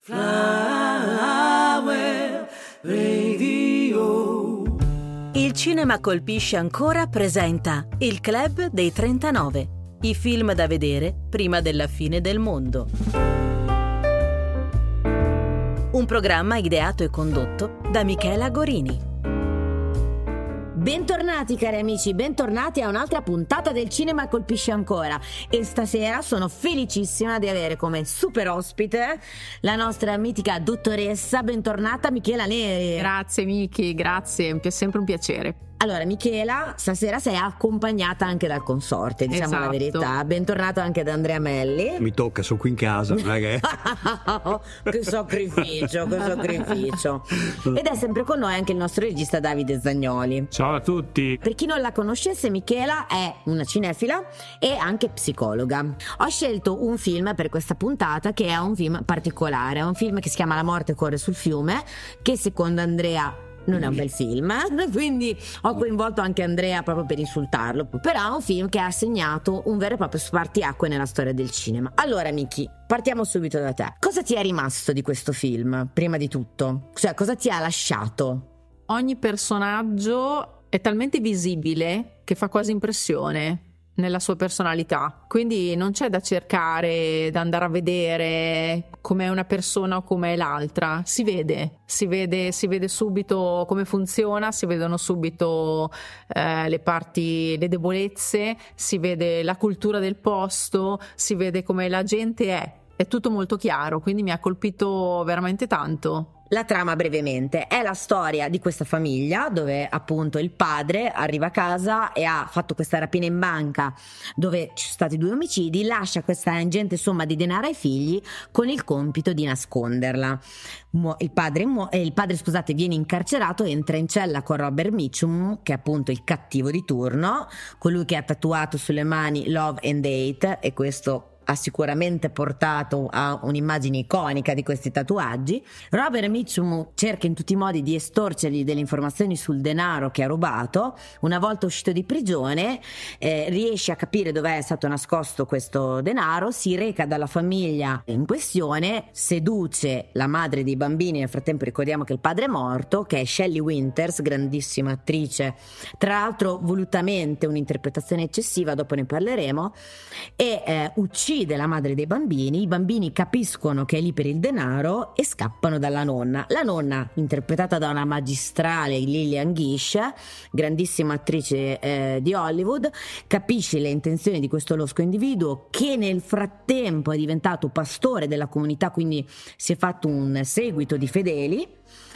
Flower Radio. Il Cinema Colpisce Ancora presenta Il Club dei 39, i film da vedere prima della fine del mondo. Un programma ideato e condotto da Michela Gorini. Bentornati cari amici, bentornati a un'altra puntata del Cinema Colpisce Ancora, e stasera sono felicissima di avere come super ospite la nostra mitica dottoressa, bentornata Michela Neri. Grazie Miki, grazie, è sempre un piacere. Allora Michela, stasera sei accompagnata anche dal consorte, diciamo la verità. Bentornato anche da Andrea Melli. Mi tocca, sono qui in casa, non è che... Che sacrificio, che sacrificio. Ed è sempre con noi anche il nostro regista Davide Zagnoli. Ciao a tutti. Per chi non la conoscesse, Michela è una cinefila e anche psicologa. Ho scelto un film per questa puntata che è un film particolare, è un film che si chiama La morte corre sul fiume, che secondo Andrea non è un bel film, quindi ho coinvolto anche Andrea proprio per insultarlo. Però è un film che ha segnato un vero e proprio spartiacque nella storia del cinema. Allora Miki, partiamo subito da te. Cosa ti è rimasto di questo film, prima di tutto? Cioè, cosa ti ha lasciato? Ogni personaggio è talmente visibile che fa quasi impressione nella sua personalità, quindi non c'è da cercare, da andare a vedere com'è una persona o com'è l'altra. Si vede subito come funziona, si vedono subito le parti, le debolezze, si vede la cultura del posto, si vede come la gente è tutto molto chiaro, quindi mi ha colpito veramente tanto. La trama brevemente è la storia di questa famiglia dove appunto il padre arriva a casa e ha fatto questa rapina in banca dove ci sono stati 2 omicidi, lascia questa ingente somma di denaro ai figli con il compito di nasconderla. Il padre viene incarcerato, entra in cella con Robert Mitchum, che è appunto il cattivo di turno, colui che ha tatuato sulle mani Love and Hate, e questo ha sicuramente portato a un'immagine iconica di questi tatuaggi. Robert Mitchum cerca in tutti i modi di estorcergli delle informazioni sul denaro che ha rubato. Una volta uscito di prigione riesce a capire dove è stato nascosto questo denaro, si reca dalla famiglia in questione, seduce la madre dei bambini. Nel frattempo ricordiamo che il padre è morto, che è Shelley Winters, grandissima attrice, tra l'altro volutamente un'interpretazione eccessiva, dopo ne parleremo, e uccide la madre dei bambini. I bambini capiscono che è lì per il denaro e scappano dalla nonna. La nonna, interpretata da una magistrale Lillian Gish, grandissima attrice di Hollywood, capisce le intenzioni di questo losco individuo, che nel frattempo è diventato pastore della comunità, quindi si è fatto un seguito di fedeli,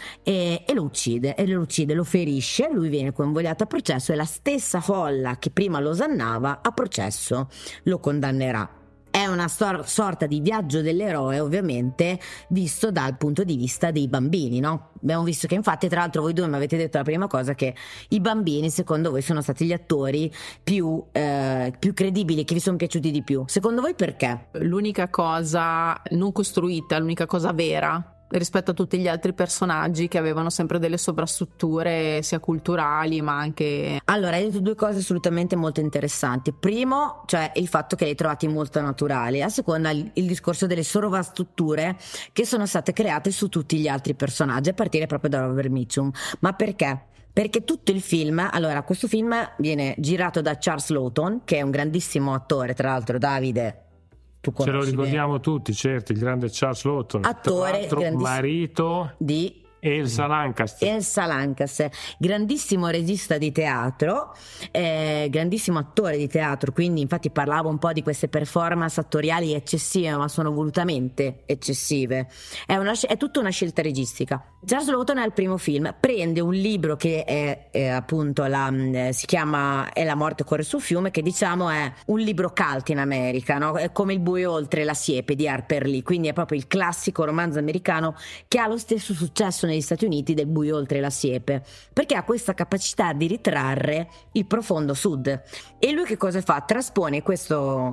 e lo uccide, lo ferisce. Lui viene convogliato a processo e la stessa folla che prima lo osannava a processo lo condannerà. È una sorta di viaggio dell'eroe, ovviamente visto dal punto di vista dei bambini, no? Abbiamo visto che infatti, tra l'altro, voi due mi avete detto la prima cosa, che i bambini secondo voi sono stati gli attori più credibili, che vi sono piaciuti di più. Secondo voi perché? L'unica cosa non costruita, l'unica cosa vera rispetto a tutti gli altri personaggi che avevano sempre delle sovrastrutture sia culturali ma anche... Allora, hai detto 2 cose assolutamente molto interessanti. Primo, cioè il fatto che li hai trovati molto naturali. A seconda, il discorso delle sovrastrutture che sono state create su tutti gli altri personaggi, a partire proprio da Robert Mitchum. Ma perché? Perché tutto il film, allora, questo film viene girato da Charles Lawton, che è un grandissimo attore, tra l'altro. Davide, ce lo ricordiamo tutti, certo, il grande Charles Lawton, attore, marito di Elsa Lancaster, grandissimo regista di teatro, grandissimo attore di teatro, quindi infatti parlavo un po' di queste performance attoriali eccessive, ma sono volutamente eccessive. È tutta una scelta registica. Charles Lawton al primo film prende un libro che è appunto si chiama È la morte corre sul fiume, che diciamo è un libro cult in America, no? È come Il buio oltre la siepe di Harper Lee, quindi è proprio il classico romanzo americano che ha lo stesso successo negli Stati Uniti del Buio oltre la siepe, perché ha questa capacità di ritrarre il profondo sud. E lui che cosa fa? Traspone questo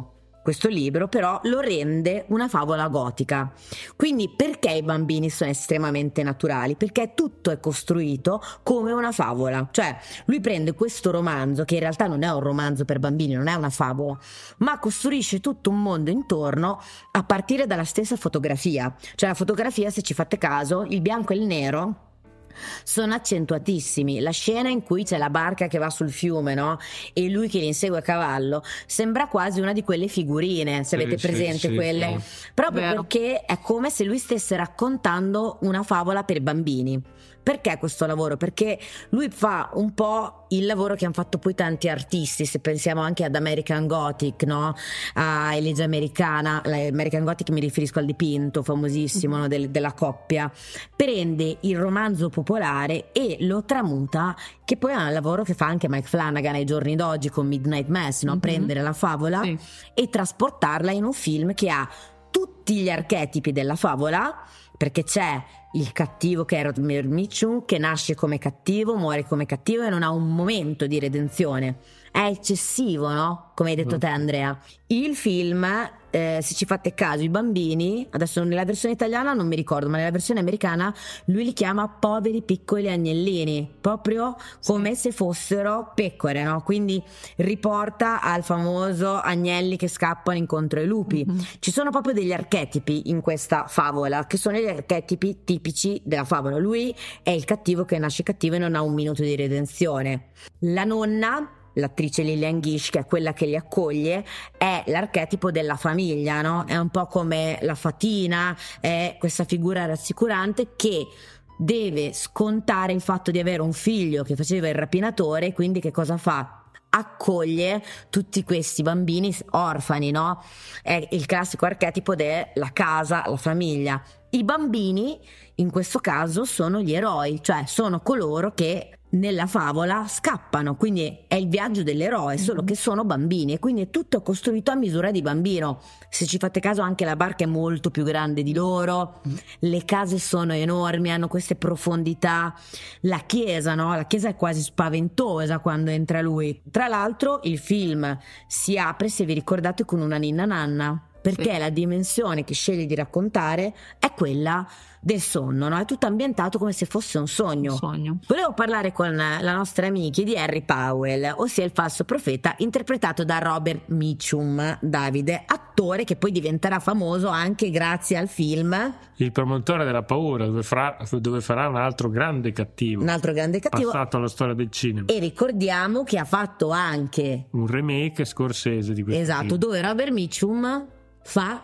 questo libro però lo rende una favola gotica. Quindi perché i bambini sono estremamente naturali? Perché tutto è costruito come una favola. Cioè lui prende questo romanzo, che in realtà non è un romanzo per bambini, non è una favola, ma costruisce tutto un mondo intorno a partire dalla stessa fotografia. Cioè la fotografia, se ci fate caso, il bianco e il nero sono accentuatissimi. La scena in cui c'è la barca che va sul fiume, no? E lui che li insegue a cavallo, sembra quasi una di quelle figurine, se avete presente quelle. Proprio Vero. perché è come se lui stesse raccontando una favola per bambini. Perché questo lavoro? Perché lui fa un po' il lavoro che hanno fatto poi tanti artisti, se pensiamo anche ad American Gothic, no? A Elegia Americana. L'American Gothic mi riferisco al dipinto famosissimo, no? Della coppia. Prende il romanzo popolare e lo tramuta, che poi è un lavoro che fa anche Mike Flanagan ai giorni d'oggi con Midnight Mass, no? Prendere la favola e trasportarla in un film che ha tutti gli archetipi della favola, perché c'è il cattivo che è Robert Mitchum, che nasce come cattivo, muore come cattivo e non ha un momento di redenzione. È eccessivo, no? Come hai detto te, Andrea. Il film, se ci fate caso, i bambini, adesso nella versione italiana non mi ricordo, ma nella versione americana lui li chiama poveri piccoli agnellini, proprio come se fossero pecore, no? Quindi riporta al famoso agnelli che scappano incontro ai lupi. Ci sono proprio degli archetipi in questa favola, che sono gli archetipi tipici della favola. Lui è il cattivo che nasce cattivo e non ha un minuto di redenzione. La nonna, l'attrice Lillian Gish, che è quella che li accoglie, è l'archetipo della famiglia, no? È un po' come la fatina, è questa figura rassicurante che deve scontare il fatto di avere un figlio che faceva il rapinatore, quindi che cosa fa? Accoglie tutti questi bambini orfani, no? È il classico archetipo della casa, la famiglia. I bambini in questo caso sono gli eroi, cioè sono coloro che nella favola scappano, quindi è il viaggio dell'eroe, solo che sono bambini e quindi è tutto costruito a misura di bambino. Se ci fate caso, anche la barca è molto più grande di loro, le case sono enormi, hanno queste profondità, la chiesa, no? La chiesa è quasi spaventosa quando entra lui. Tra l'altro il film si apre, se vi ricordate, con una ninna nanna, perché la dimensione che sceglie di raccontare è quella del sonno, no? È tutto ambientato come se fosse un sogno. Volevo parlare con la nostra amica di Harry Powell, ossia il falso profeta, interpretato da Robert Mitchum, Davide, attore che poi diventerà famoso anche grazie al film Il promotore della paura, dove farà un altro grande cattivo. Passato alla storia del cinema. E ricordiamo che ha fatto anche un remake scorsese di questo film. dove Robert Mitchum fa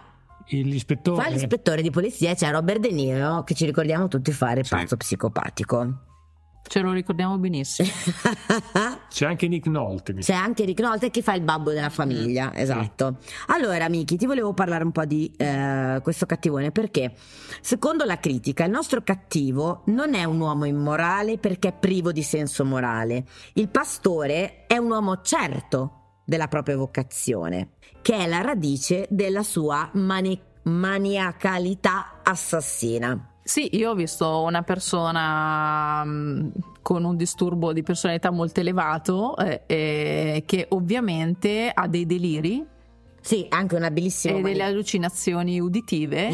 l'ispettore di polizia, c'è Robert De Niro, che ci ricordiamo tutti fare pazzo psicopatico. Ce lo ricordiamo benissimo. C'è anche Nick Nolte. C'è anche Rick Nolte che fa il babbo della famiglia, esatto. Allora, Miki, ti volevo parlare un po' di questo cattivone, perché secondo la critica il nostro cattivo non è un uomo immorale perché è privo di senso morale. Il pastore è un uomo certo della propria vocazione, che è la radice della sua maniacalità assassina. Sì, io ho visto una persona con un disturbo di personalità molto elevato che ovviamente ha dei deliri. Sì, anche una bellissima e delle allucinazioni uditive.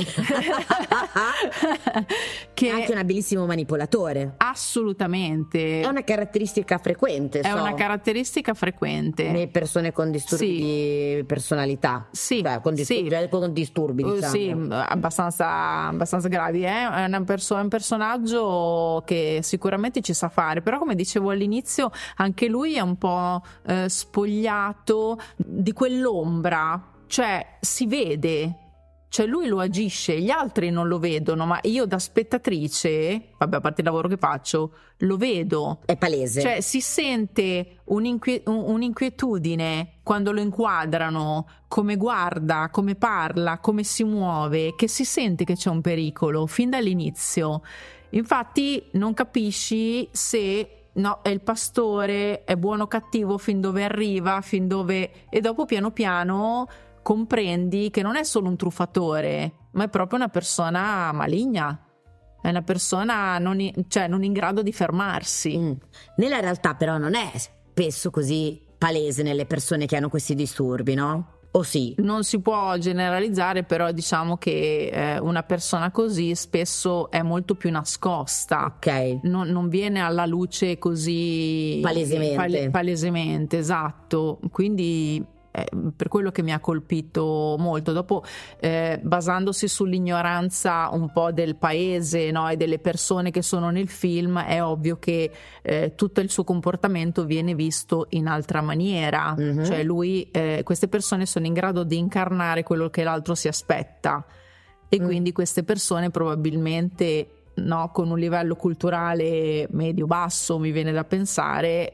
Che anche un bellissimo manipolatore. Assolutamente. È una caratteristica frequente. Una caratteristica frequente nelle persone con disturbi di personalità. Sì, con disturbi, diciamo. Sì, abbastanza gravi. È un personaggio che sicuramente ci sa fare, però come dicevo all'inizio anche lui è un po' spogliato di quell'ombra. Cioè si vede, cioè lui lo agisce, gli altri non lo vedono, ma io da spettatrice, vabbè, a parte il lavoro che faccio, lo vedo. È palese. Cioè si sente un'inquietudine quando lo inquadrano, come guarda, come parla, come si muove, che si sente che c'è un pericolo fin dall'inizio. Infatti non capisci se è il pastore, è buono o cattivo, fin dove arriva, e dopo piano piano comprendi che non è solo un truffatore, ma è proprio una persona maligna, è una persona non in grado di fermarsi. Nella realtà però non è spesso così palese nelle persone che hanno questi disturbi, no? O sì? Non si può generalizzare, però diciamo che una persona così spesso è molto più nascosta, Ok. non viene alla luce così Palesemente. palesemente, esatto. Quindi per quello che mi ha colpito molto. Dopo, basandosi sull'ignoranza un po' del paese, no, e delle persone che sono nel film, è ovvio che tutto il suo comportamento viene visto in altra maniera. Mhm. Cioè lui, queste persone sono in grado di incarnare quello che l'altro si aspetta, e quindi queste persone probabilmente, no, con un livello culturale medio-basso, mi viene da pensare,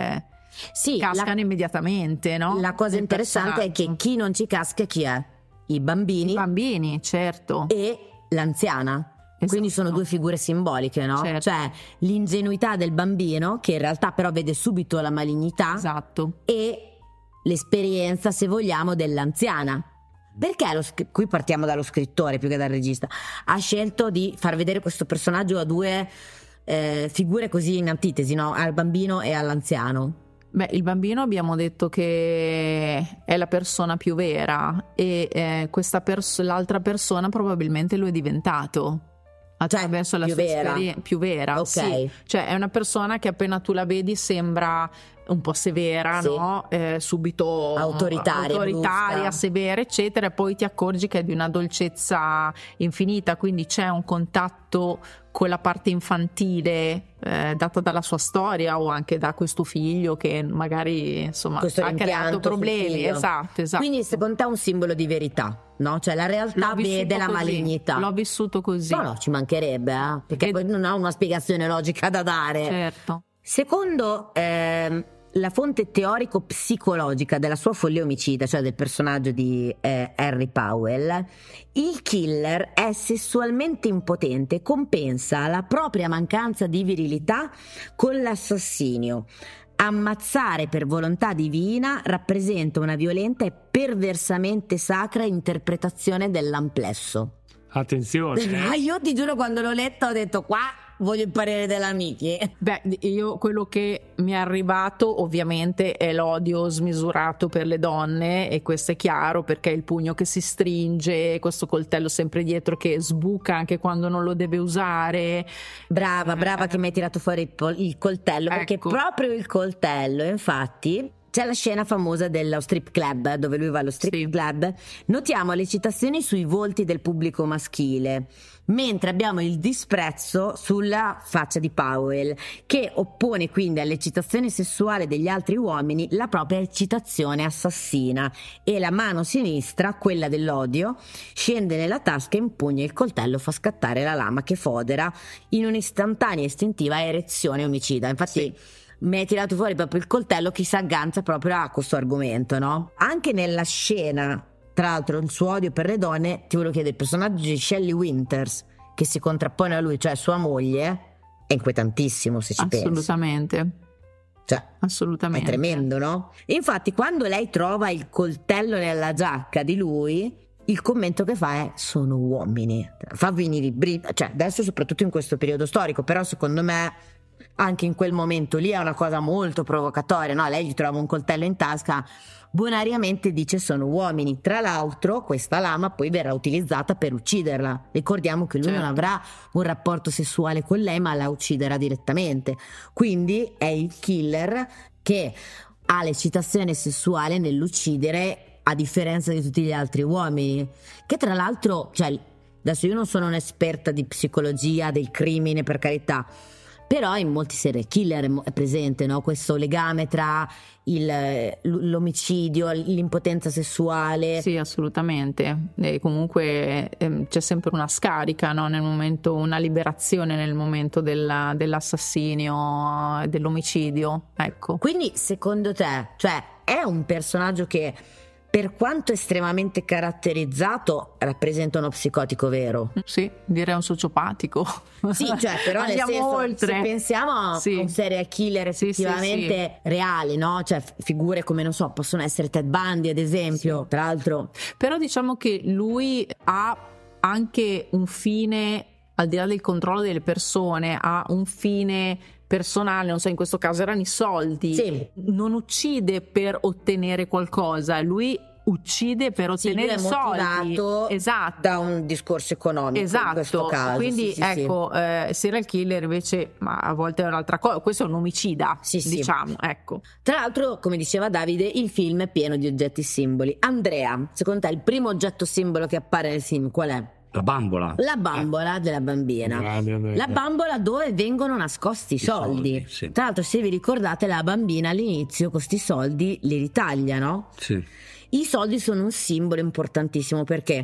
Sì, cascano immediatamente, no? la cosa Nel interessante è che personaggio. chi non ci casca chi è? I bambini I bambini, certo. e l'anziana. Quindi sono due figure simboliche, no? Certo. Cioè l'ingenuità del bambino, che in realtà però vede subito la malignità, Esatto. e l'esperienza, se vogliamo, dell'anziana. Perché qui partiamo dallo scrittore più che dal regista, ha scelto di far vedere questo personaggio a due figure così in antitesi, no? Al bambino e all'anziano. Beh, il bambino abbiamo detto che è la persona più vera, e l'altra persona probabilmente lo è diventato attraverso la più sua vera. esperienza più vera. Ok. Sì. Cioè è una persona che appena tu la vedi sembra un po' severa, Sì. no? Subito Autoritaria, brusca. severa, eccetera, e poi ti accorgi che è di una dolcezza infinita, quindi c'è un contatto con la parte infantile data dalla sua storia, o anche da questo figlio che magari, insomma, Questo ha creato rimpianto sul problemi. figlio. Esatto. Quindi secondo te è un simbolo di verità, no? Cioè la realtà L'ho vissuto vede la così. malignità. L'ho vissuto così. No, ci mancherebbe, perché E- poi non ha una spiegazione logica da dare. Certo. Secondo la fonte teorico-psicologica della sua follia omicida, cioè del personaggio di Harry Powell, il killer è sessualmente impotente e compensa la propria mancanza di virilità con l'assassinio. Ammazzare per volontà divina rappresenta una violenta e perversamente sacra interpretazione dell'amplesso. Attenzione, Io ti giuro, quando l'ho letto ho detto qua voglio il parere dell'amici. Beh, io quello che mi è arrivato ovviamente è l'odio smisurato per le donne, e questo è chiaro, perché il pugno che si stringe, questo coltello sempre dietro che sbuca anche quando non lo deve usare. Brava che mi hai tirato fuori il coltello, perché Ecco. proprio il coltello, infatti, c'è la scena famosa dello strip club, dove lui va allo strip Sì. club. Notiamo le citazioni sui volti del pubblico maschile, mentre abbiamo il disprezzo sulla faccia di Powell, che oppone quindi all'eccitazione sessuale degli altri uomini la propria eccitazione assassina, e la mano sinistra, quella dell'odio, scende nella tasca, impugna il coltello, fa scattare la lama che fodera in un'istantanea e istintiva erezione omicida. Infatti mi hai tirato fuori proprio il coltello che si aggancia proprio a questo argomento, no? Anche nella scena, tra l'altro, il suo odio per le donne, ti volevo chiedere, il personaggio di Shelley Winters che si contrappone a lui, cioè sua moglie, è inquietantissimo, se ci pensi. Assolutamente. Cioè, è Assolutamente. tremendo, no? Infatti, quando lei trova il coltello nella giacca di lui, il commento che fa è: sono uomini. Fa venire i brividi, cioè adesso soprattutto in questo periodo storico, però secondo me anche in quel momento lì è una cosa molto provocatoria, no? Lei gli trova un coltello in tasca, bonariamente dice sono uomini. Tra l'altro questa lama poi verrà utilizzata per ucciderla. Ricordiamo che lui Certo. non avrà un rapporto sessuale con lei, ma la ucciderà direttamente. Quindi è il killer che ha l'eccitazione sessuale nell'uccidere, a differenza di tutti gli altri uomini, che tra l'altro, cioè, adesso io non sono un'esperta di psicologia del crimine, per carità, però in molti serial killer è presente, no? Questo legame tra l'omicidio, l'impotenza sessuale. Sì, assolutamente. E comunque c'è sempre una scarica, no? Nel momento, una liberazione nel momento dell'assassinio, dell'omicidio, ecco. Quindi secondo te, cioè, è un personaggio che, per quanto estremamente caratterizzato, rappresenta uno psicotico vero? Sì, direi un sociopatico. Sì, cioè, però nel Andiamo senso, oltre. se pensiamo a Sì. un serial killer Sì, sì, effettivamente reale, no? Cioè figure come, non so, possono essere Ted Bundy ad esempio, tra l'altro. Però diciamo che lui ha anche un fine, al di là del controllo delle persone, ha un fine personale, non so, in questo caso erano i soldi. Sì. Non uccide per ottenere qualcosa, lui uccide per Sì, lui ottenere è soldi. motivato Esatto. da un discorso economico in questo Esatto, caso. quindi sì. ecco, serial killer invece, ma a volte è un'altra cosa, questo è un omicida, Sì. diciamo, ecco. Tra l'altro, come diceva Davide, il film è pieno di oggetti simboli. Andrea, secondo te il primo oggetto simbolo che appare nel film qual è? La bambola. La bambola della bambina. Grande Andrea. La bambola dove vengono nascosti i soldi. sì. Tra l'altro, se vi ricordate, la bambina all'inizio con questi soldi li ritaglia, no? Sì. I soldi sono un simbolo importantissimo perché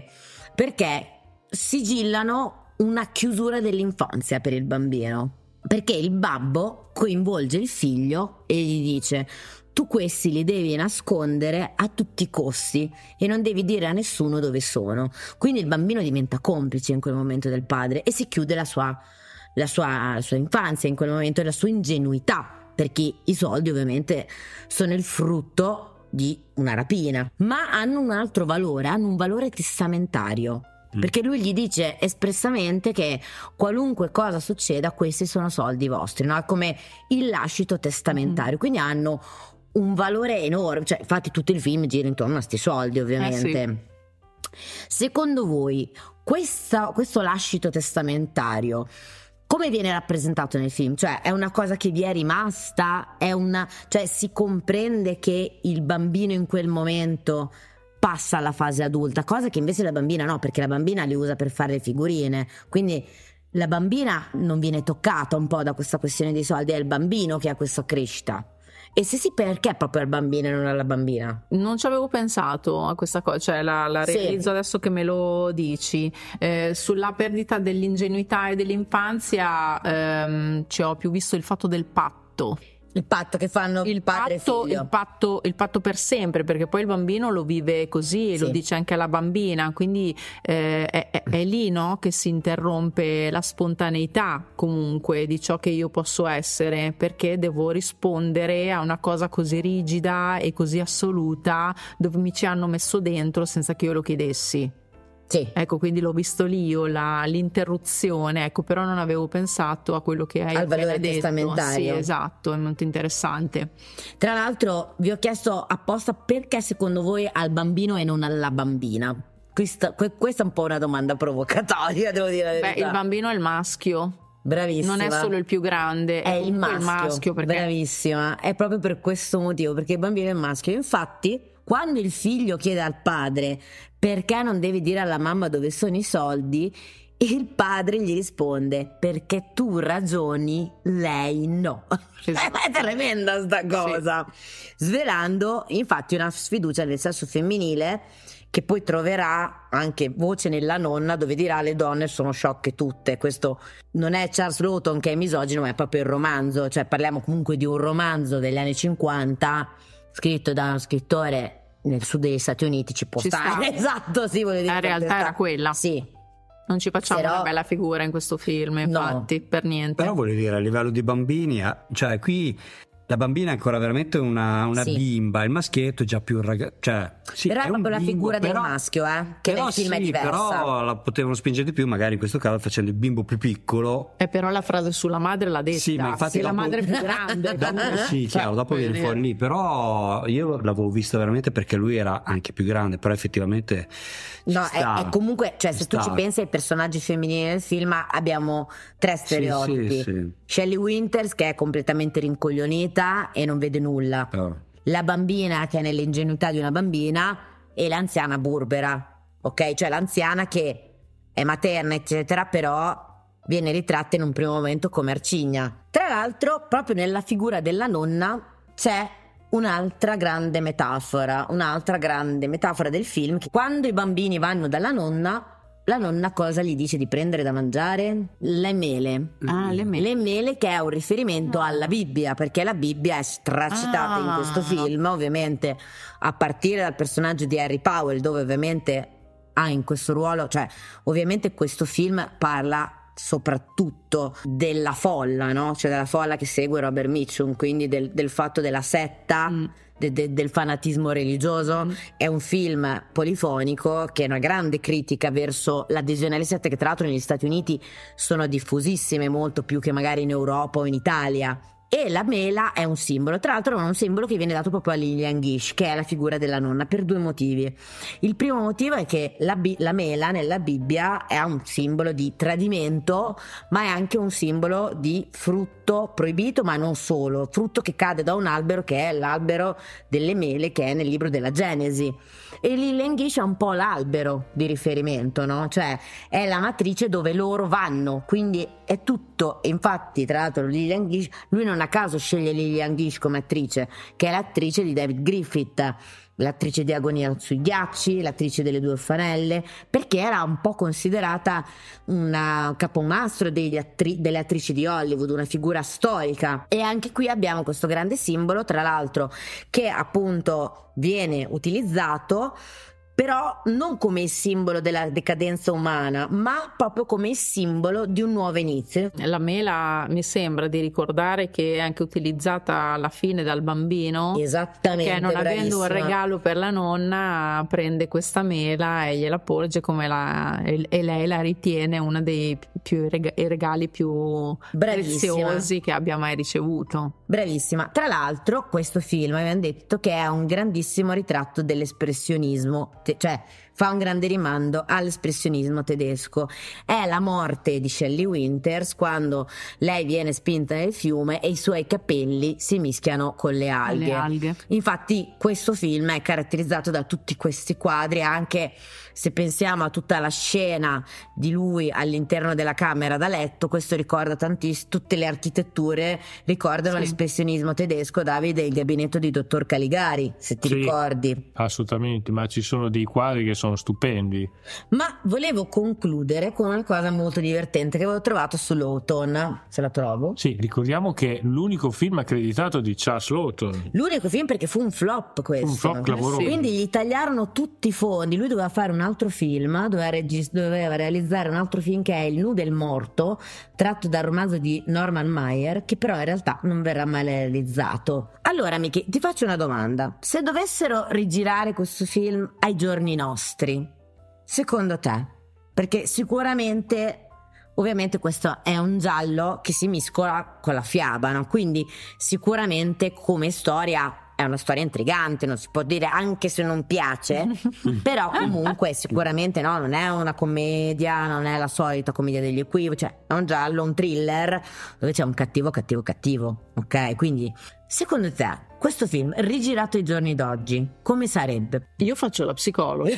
sigillano una chiusura dell'infanzia per il bambino. Perché il babbo coinvolge il figlio e gli dice: tu questi li devi nascondere a tutti i costi e non devi dire a nessuno dove sono. Quindi il bambino diventa complice in quel momento del padre e si chiude la sua infanzia in quel momento e la sua ingenuità, perché i soldi ovviamente sono il frutto di una rapina, ma hanno un altro valore, hanno un valore testamentario. Perché lui gli dice espressamente che qualunque cosa succeda, questi sono soldi vostri, no? È come il lascito testamentario, quindi hanno un valore enorme, cioè infatti tutto il film gira intorno a sti soldi ovviamente. Secondo voi questo lascito testamentario come viene rappresentato nel film? Cioè è una cosa che vi è rimasta? Cioè si comprende che il bambino in quel momento passa alla fase adulta, cosa che invece la bambina no, perché la bambina li usa per fare le figurine, quindi la bambina non viene toccata un po' da questa questione dei soldi, è il bambino che ha questa crescita. E se sì, perché proprio al bambino e non alla bambina? Non ci avevo pensato a questa cosa, cioè la realizzo adesso che me lo dici. Sulla perdita dell'ingenuità e dell'infanzia ci ho più visto il fatto del patto. Il patto che fanno il padre e figlio. Il patto per sempre, perché poi il bambino lo vive così e lo dice anche alla bambina, quindi è lì, no, che si interrompe la spontaneità comunque di ciò che io posso essere, perché devo rispondere a una cosa così rigida e così assoluta dove mi ci hanno messo dentro senza che io lo chiedessi. Sì. Ecco, quindi l'ho visto lì io l'interruzione, ecco, però non avevo pensato a quello che hai al valore appena detto. testamentario. Sì, esatto, è molto interessante. Tra l'altro vi ho chiesto apposta perché secondo voi al bambino e non alla bambina. Questa è un po' una domanda provocatoria, devo dire la verità. Il bambino è il maschio. Bravissima. Non è solo il più grande, è il maschio perché... Bravissima, è proprio per questo motivo, perché il bambino è il maschio. Infatti, quando il figlio chiede al padre perché non devi dire alla mamma dove sono i soldi, il padre gli risponde perché tu ragioni, lei no. Esatto. È tremenda sta cosa. Sì. Svelando infatti una sfiducia nel sesso femminile che poi troverà anche voce nella nonna, dove dirà le donne sono sciocche tutte. Questo non è Charles Lawton che è misogino, ma è proprio il romanzo, cioè parliamo comunque di un romanzo degli anni 50 scritto da uno scrittore nel sud degli Stati Uniti, ci stare. Sta. Esatto, sì, voglio dire. La realtà era quella. Sì. Non ci facciamo una bella figura in questo film, infatti, per niente. Però voglio dire, a livello di bambini, cioè qui la bambina è ancora veramente una bimba, il maschietto è già più ragazzo, cioè sì, però è proprio la bimbo, figura però, del maschio, che nel film è diversa. Però la potevano spingere di più, magari in questo caso facendo il bimbo più piccolo. E però la frase sulla madre l'ha detta. Sì, ma infatti la madre è più grande. Sì, chiaro, dopo viene fuori lì, però io l'avevo visto veramente perché lui era anche più grande, però effettivamente è comunque, cioè se tu ci pensi ai personaggi femminili nel film abbiamo tre stereotipi. Sì. Shelley Winters che è completamente rincoglionita e non vede nulla, la bambina che è nell'ingenuità di una bambina e l'anziana burbera, ok? Cioè l'anziana che è materna eccetera, però viene ritratta in un primo momento come arcigna. Tra l'altro proprio nella figura della nonna c'è un'altra grande metafora del film, che quando i bambini vanno dalla nonna, la nonna cosa gli dice di prendere da mangiare? Le mele. Le mele, che è un riferimento alla Bibbia, perché la Bibbia è stracitata in questo film, ovviamente a partire dal personaggio di Harry Powell, dove ovviamente ha in questo ruolo, cioè ovviamente questo film parla soprattutto della folla, no? Cioè della folla che segue Robert Mitchum, quindi del fatto della setta, del fanatismo religioso. È un film polifonico che è una grande critica verso l'adesione alle sette, che tra l'altro negli Stati Uniti sono diffusissime molto più che magari in Europa o in Italia. E la mela è un simbolo, tra l'altro è un simbolo che viene dato proprio a Lillian Gish, che è la figura della nonna, per 2 motivi. Il primo motivo è che la mela nella Bibbia è un simbolo di tradimento, ma è anche un simbolo di frutto proibito, ma non solo, frutto che cade da un albero, che è l'albero delle mele, che è nel libro della Genesi. E Lillian Gish è un po' l'albero di riferimento, no? Cioè è la matrice dove loro vanno, quindi è tutto. Infatti, tra l'altro, Lillian Gish, lui non a caso sceglie Lillian Gish come attrice, che è l'attrice di David Griffith, l'attrice di Agonia sui ghiacci, l'attrice delle 2 orfanelle, perché era un po' considerata una capomastro delle attrici di Hollywood, una figura storica. E anche qui abbiamo questo grande simbolo, tra l'altro, che appunto viene utilizzato però non come il simbolo della decadenza umana, ma proprio come il simbolo di un nuovo inizio. La mela mi sembra di ricordare che è anche utilizzata alla fine dal bambino, esattamente, che non bravissima. avendo un regalo per la nonna prende questa mela e gliela porge e lei la ritiene uno dei regali più preziosi che abbia mai ricevuto. Bravissima. Tra l'altro questo film abbiamo detto che è un grandissimo ritratto dell'espressionismo, cioè fa un grande rimando all'espressionismo tedesco. È la morte di Shelley Winters quando lei viene spinta nel fiume e i suoi capelli si mischiano con le alghe. Infatti questo film è caratterizzato da tutti questi quadri, anche se pensiamo a tutta la scena di lui all'interno della camera da letto, questo ricorda tantissimo, tutte le architetture ricordano l'espressionismo tedesco, Davide, il gabinetto di dottor Caligari, se ti ricordi. Assolutamente, ma ci sono dei quadri che sono stupendi. Ma volevo concludere con una cosa molto divertente che avevo trovato su Lawton, se la trovo. Sì, ricordiamo che è l'unico film accreditato di Charles Lawton. L'unico film, perché fu un flop questo. Un flop clamoroso. Quindi gli tagliarono tutti i fondi, lui doveva fare un altro film, doveva realizzare un altro film che è Il Nu del morto, tratto dal romanzo di Norman Maier, che però in realtà non verrà mai realizzato. Allora Miki, ti faccio una domanda: se dovessero rigirare questo film ai giorni nostri, secondo te? Perché sicuramente, ovviamente questo è un giallo che si mescola con la fiaba, no? Quindi sicuramente come storia è una storia intrigante, non si può dire, anche se non piace, però comunque sicuramente no, non è una commedia, non è la solita commedia degli equivoci, cioè è un giallo, un thriller dove c'è un cattivo, ok? Quindi secondo te questo film rigirato ai giorni d'oggi come sarebbe? Io faccio la psicologa.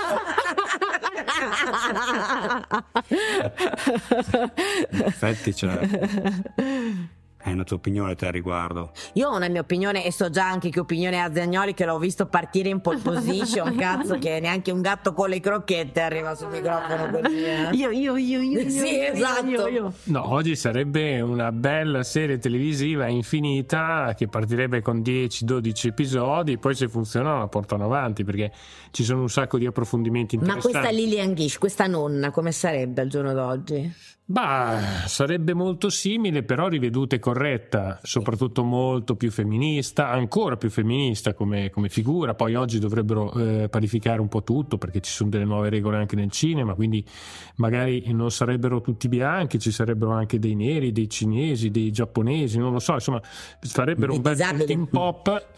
In effetti hai una tua opinione te a riguardo? Io ho una mia opinione e so già anche che opinione ha Zagnoli, che l'ho visto partire in pole position, cazzo, che neanche un gatto con le crocchette arriva sul microfono così. Io. Sì, esatto. Io. No, oggi sarebbe una bella serie televisiva infinita che partirebbe con 10-12 episodi, poi se funziona la portano avanti perché ci sono un sacco di approfondimenti interessanti. Ma questa Lillian Gish, questa nonna, come sarebbe al giorno d'oggi? Bah, sarebbe molto simile, però riveduta e corretta, soprattutto molto più femminista, ancora più femminista come figura. Poi oggi dovrebbero parificare un po' tutto perché ci sono delle nuove regole anche nel cinema, quindi magari non sarebbero tutti bianchi, ci sarebbero anche dei neri, dei cinesi, dei giapponesi, non lo so, insomma farebbero un bel melting pop,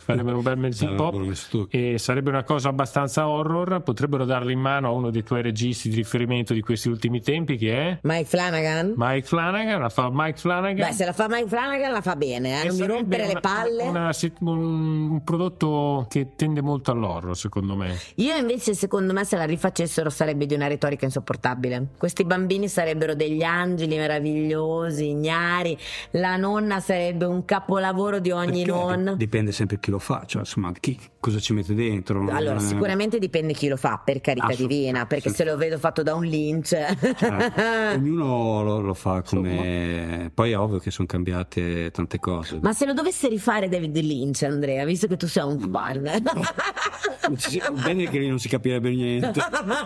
e sarebbe una cosa abbastanza horror. Potrebbero darle in mano a uno dei tuoi registi di riferimento di questi ultimi tempi, che è Mike Flanagan. La fa Mike Flanagan. Beh, se la fa Mike Flanagan la fa bene, non mi rompere le palle. Un prodotto che tende molto all'horror, secondo me. Io invece, secondo me, se la rifacessero sarebbe di una retorica insopportabile. Questi bambini sarebbero degli angeli meravigliosi, ignari, la nonna sarebbe un capolavoro di ogni nonna. Dipende sempre chi lo fa, cioè insomma cosa ci mette dentro. Allora sicuramente dipende chi lo fa, per carità divina, perché se lo vedo fatto da un Lynch, ognuno lo fa come. Poi è ovvio che sono cambiate tante cose. Ma se lo dovesse rifare David Lynch, Andrea, visto che tu sei un fan, Bene che lì non si capirebbe niente.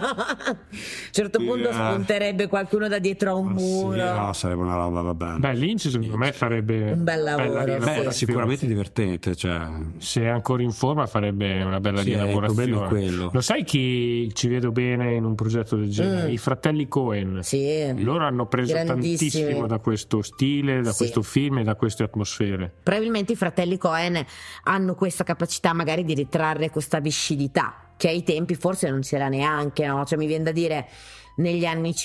A un certo punto spunterebbe qualcuno da dietro a un muro. No, sarebbe una roba, vabbè. Beh, Lynch secondo me farebbe un bel lavoro, sicuramente divertente, cioè. Se è ancora in forma farebbe una bella rielaborazione. Quello. Lo sai chi ci vedo bene in un progetto del genere? I fratelli Coen. Sì. Loro hanno preso tantissimo da questo stile, da questo film e da queste atmosfere. Probabilmente i fratelli Coen hanno questa capacità magari di ritrarre questa viscidità che ai tempi forse non c'era neanche, no? Cioè mi viene da dire, negli anni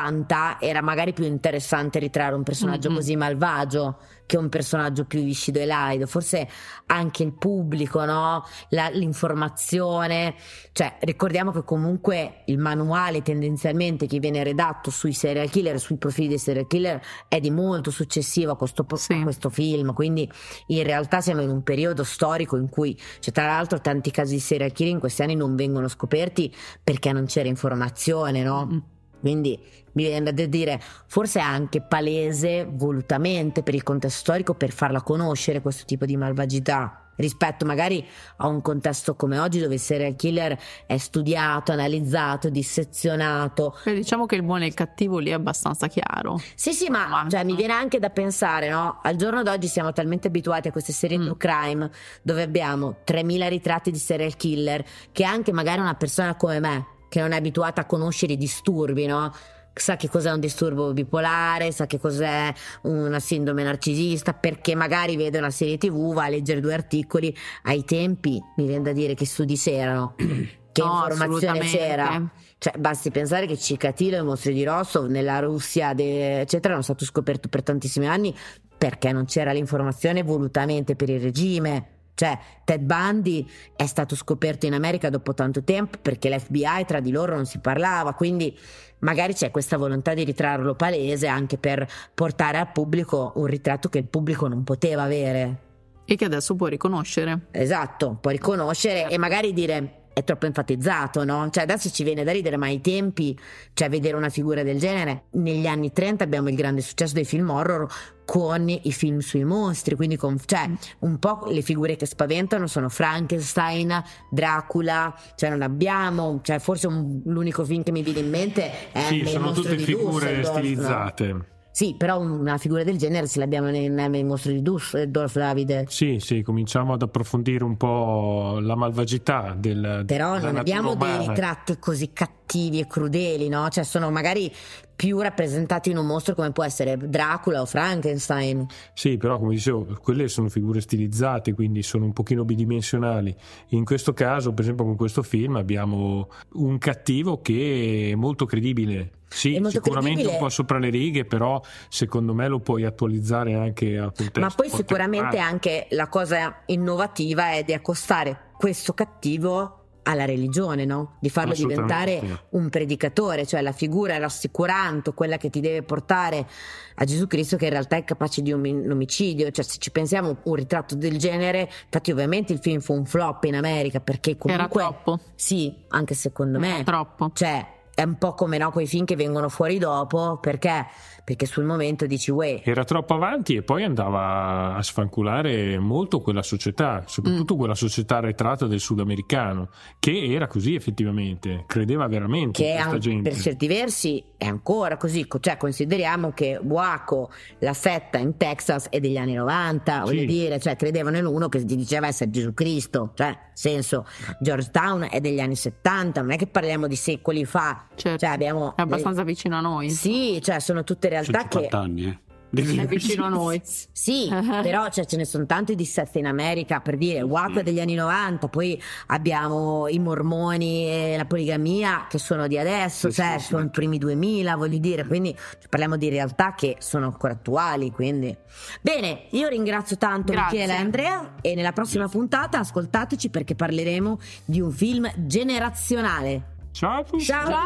50 era magari più interessante ritrarre un personaggio così malvagio che un personaggio più viscido e laido, forse anche il pubblico, no? L'informazione, cioè ricordiamo che comunque il manuale tendenzialmente che viene redatto sui serial killer, sui profili dei serial killer è di molto successivo a questo film, quindi in realtà siamo in un periodo storico in cui c'è tra l'altro tanti casi di serial killer in questi anni non vengono scoperti perché non c'era informazione, no? Quindi mi viene da dire, forse è anche palese volutamente per il contesto storico, per farla conoscere questo tipo di malvagità, rispetto magari a un contesto come oggi dove il serial killer è studiato, analizzato, dissezionato. Diciamo che il buono e il cattivo lì è abbastanza chiaro. Sì, ma cioè, mi viene anche da pensare, no? Al giorno d'oggi siamo talmente abituati a queste serie true crime dove abbiamo 3000 ritratti di serial killer, che anche magari una persona come me, che non è abituata a conoscere i disturbi, no? Sa che cos'è un disturbo bipolare, sa che cos'è una sindrome narcisista, perché magari vede una serie TV, va a leggere 2 articoli. Ai tempi mi viene da dire che studi c'erano, che informazione c'era. Cioè basti pensare che Chikatilo e i mostri di Rostov nella Russia eccetera erano stato scoperto per tantissimi anni perché non c'era l'informazione volutamente per il regime. Cioè Ted Bundy è stato scoperto in America dopo tanto tempo perché l'FBI tra di loro non si parlava, quindi magari c'è questa volontà di ritrarlo palese anche per portare al pubblico un ritratto che il pubblico non poteva avere e che adesso può riconoscere. Esatto, può riconoscere e magari dire è troppo enfatizzato, no? Cioè adesso ci viene da ridere, ma ai tempi, cioè vedere una figura del genere, negli anni 30 abbiamo il grande successo dei film horror con i film sui mostri, quindi cioè un po' le figure che spaventano sono Frankenstein, Dracula, cioè non abbiamo, cioè forse l'unico film che mi viene in mente è sono tutte figure stilizzate, no? Sì, però una figura del genere ce l'abbiamo nei mostri di Dusseldorf, Davide. Sì, cominciamo ad approfondire un po' la malvagità però non abbiamo dei ritratti così cattivi e crudeli, no? Cioè sono magari più rappresentati in un mostro come può essere Dracula o Frankenstein. Sì, però come dicevo, quelle sono figure stilizzate, quindi sono un pochino bidimensionali. In questo caso, per esempio con questo film, abbiamo un cattivo che è molto credibile. Sì, sicuramente un po' sopra le righe, però secondo me lo puoi attualizzare anche al contesto. Ma poi sicuramente anche la cosa innovativa è di accostare questo cattivo alla religione, no? Di farlo diventare un predicatore, cioè la figura rassicurante, quella che ti deve portare a Gesù Cristo, che in realtà è capace di un omicidio. Cioè se ci pensiamo, un ritratto del genere, infatti ovviamente il film fu un flop in America perché comunque era troppo. Sì, anche secondo me troppo. Cioè è un po' come quei film che vengono fuori dopo, perché sul momento dici uè, era troppo avanti e poi andava a sfanculare molto quella società, soprattutto quella società arretrata del sudamericano, che era così effettivamente, credeva veramente in questa gente. Per certi versi è ancora così, cioè consideriamo che Waco, la setta in Texas è degli anni 90, voglio dire, cioè credevano in uno che ti diceva essere Gesù Cristo, cioè senso Georgetown è degli anni 70, non è che parliamo di secoli fa. Certo. Cioè abbiamo è abbastanza vicino a noi. Sì, cioè sono tutte realtà che anni, è vicino a noi. Sì, però cioè, ce ne sono tanti dissesti in America, per dire Waco è degli anni 90, poi abbiamo i mormoni e la poligamia che sono di adesso, sono i primi 2000, voglio dire, quindi parliamo di realtà che sono ancora attuali, quindi bene, io ringrazio tanto Michele e Andrea e nella prossima puntata ascoltateci perché parleremo di un film generazionale. Ciao a tutti.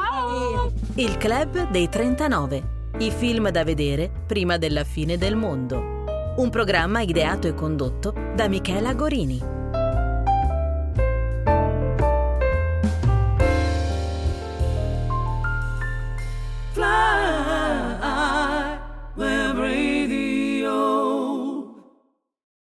Ciao. Il Club dei 39. I film da vedere prima della fine del mondo. Un programma ideato e condotto da Michela Gorini.